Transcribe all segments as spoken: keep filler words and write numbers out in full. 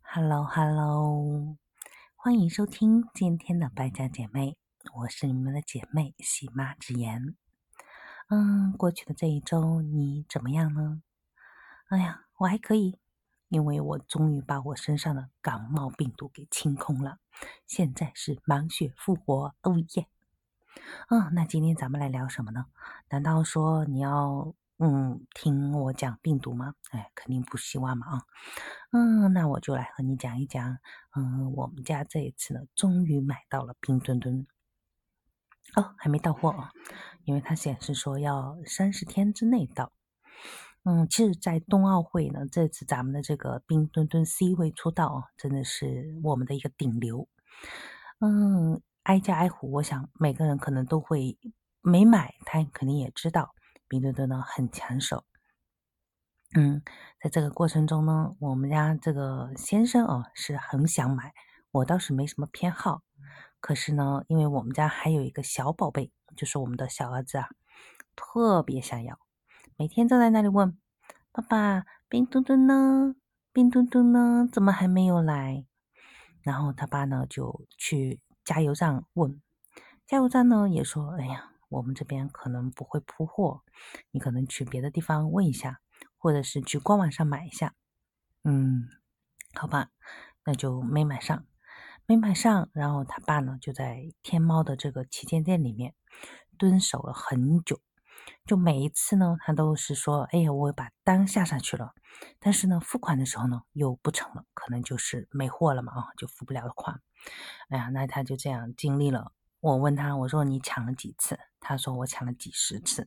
Hello Hello，欢迎收听今天的败家姐妹，我是你们的姐妹喜妈之言。嗯，过去的这一周你怎么样呢？哎呀，我还可以，因为我终于把我身上的感冒病毒给清空了，现在是满血复活，哦耶！嗯，那今天咱们来聊什么呢？难道说你要嗯听我讲病毒吗？哎，肯定不希望嘛啊。嗯，那我就来和你讲一讲，嗯，我们家这一次呢，终于买到了冰墩墩。哦，还没到货哦，因为它显示说要三十天之内到。嗯，其实，在冬奥会呢，这次咱们的这个冰墩墩 C 位出道哦，真的是我们的一个顶流。嗯，挨家挨户，我想每个人可能都会没买，他肯定也知道冰墩墩呢很抢手。嗯，在这个过程中呢，我们家这个先生哦是很想买，我倒是没什么偏好。可是呢，因为我们家还有一个小宝贝，就是我们的小儿子啊，特别想要，每天都在那里问爸爸：冰墩墩呢？冰墩墩呢？怎么还没有来？然后他爸呢就去加油站问，加油站呢也说：哎呀，我们这边可能不会铺货，你可能去别的地方问一下。或者是去官网上买一下。嗯，好吧，那就没买上，没买上。然后他爸呢，就在天猫的这个旗舰店里面蹲守了很久。就每一次呢，他都是说：“哎呀，我把单下上去了，但是呢，付款的时候呢，又不成了，可能就是没货了嘛，啊，就付不了款。”哎呀，那他就这样经历了。我问他，我说你抢了几次？他说我抢了几十次。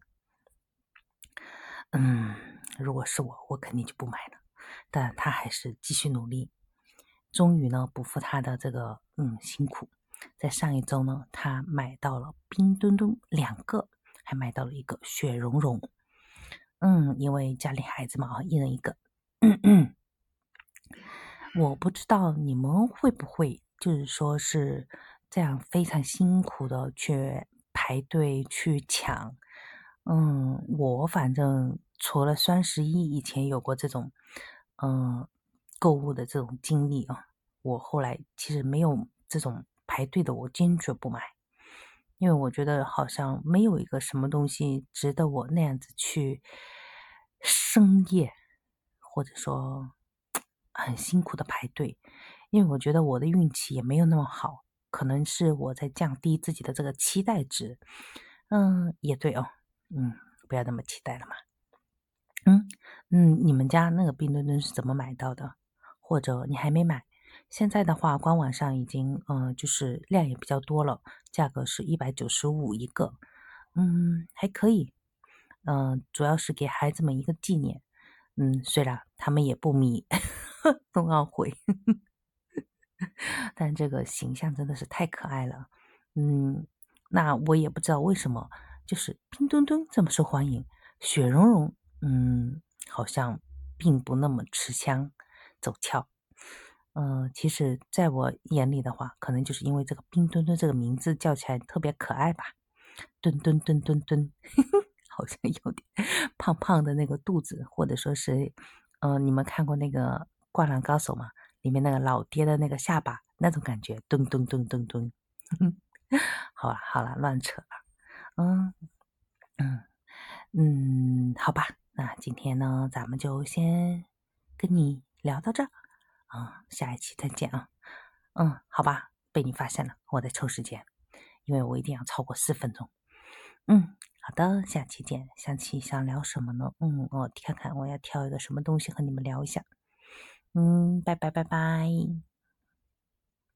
嗯，如果是我，我肯定就不买了。但他还是继续努力，终于呢不负他的这个嗯辛苦，在上一周呢，他买到了冰墩墩两个，还买到了一个雪融融。嗯，因为家里孩子嘛啊，一人一个。我不知道你们会不会，就是说是这样非常辛苦的去排队去抢。嗯，我反正除了双十一以前有过这种，嗯，购物的这种经历啊，我后来其实没有这种排队的，我坚决不买，因为我觉得好像没有一个什么东西值得我那样子去深夜，或者说很辛苦的排队，因为我觉得我的运气也没有那么好，可能是我在降低自己的这个期待值。嗯，也对哦。嗯，不要那么期待了嘛。嗯嗯，你们家那个冰墩墩是怎么买到的？或者你还没买？现在的话，官网上已经嗯、呃就是量也比较多了，价格是一百九十五一个。嗯，还可以。嗯、主要是给孩子们一个纪念。嗯，虽然他们也不迷冬奥会，但这个形象真的是太可爱了。嗯，那我也不知道为什么，就是冰墩墩这么受欢迎，雪融融，嗯，好像并不那么吃香走俏。嗯，其实在我眼里的话，可能就是因为这个冰墩墩这个名字叫起来特别可爱吧，墩墩墩墩墩，好像有点胖胖的那个肚子，或者说是，嗯、你们看过那个《灌篮高手》吗？里面那个老爹的那个下巴那种感觉，墩墩墩墩墩。好了好了，乱扯了。嗯嗯嗯，好吧，那今天呢，咱们就先跟你聊到这儿啊，下一期再见啊。嗯，好吧，被你发现了，我在抽时间，因为我一定要超过四分钟。嗯，好的，下期见。下期想聊什么呢？嗯，我看看我要挑一个什么东西和你们聊一下。嗯，拜拜拜拜。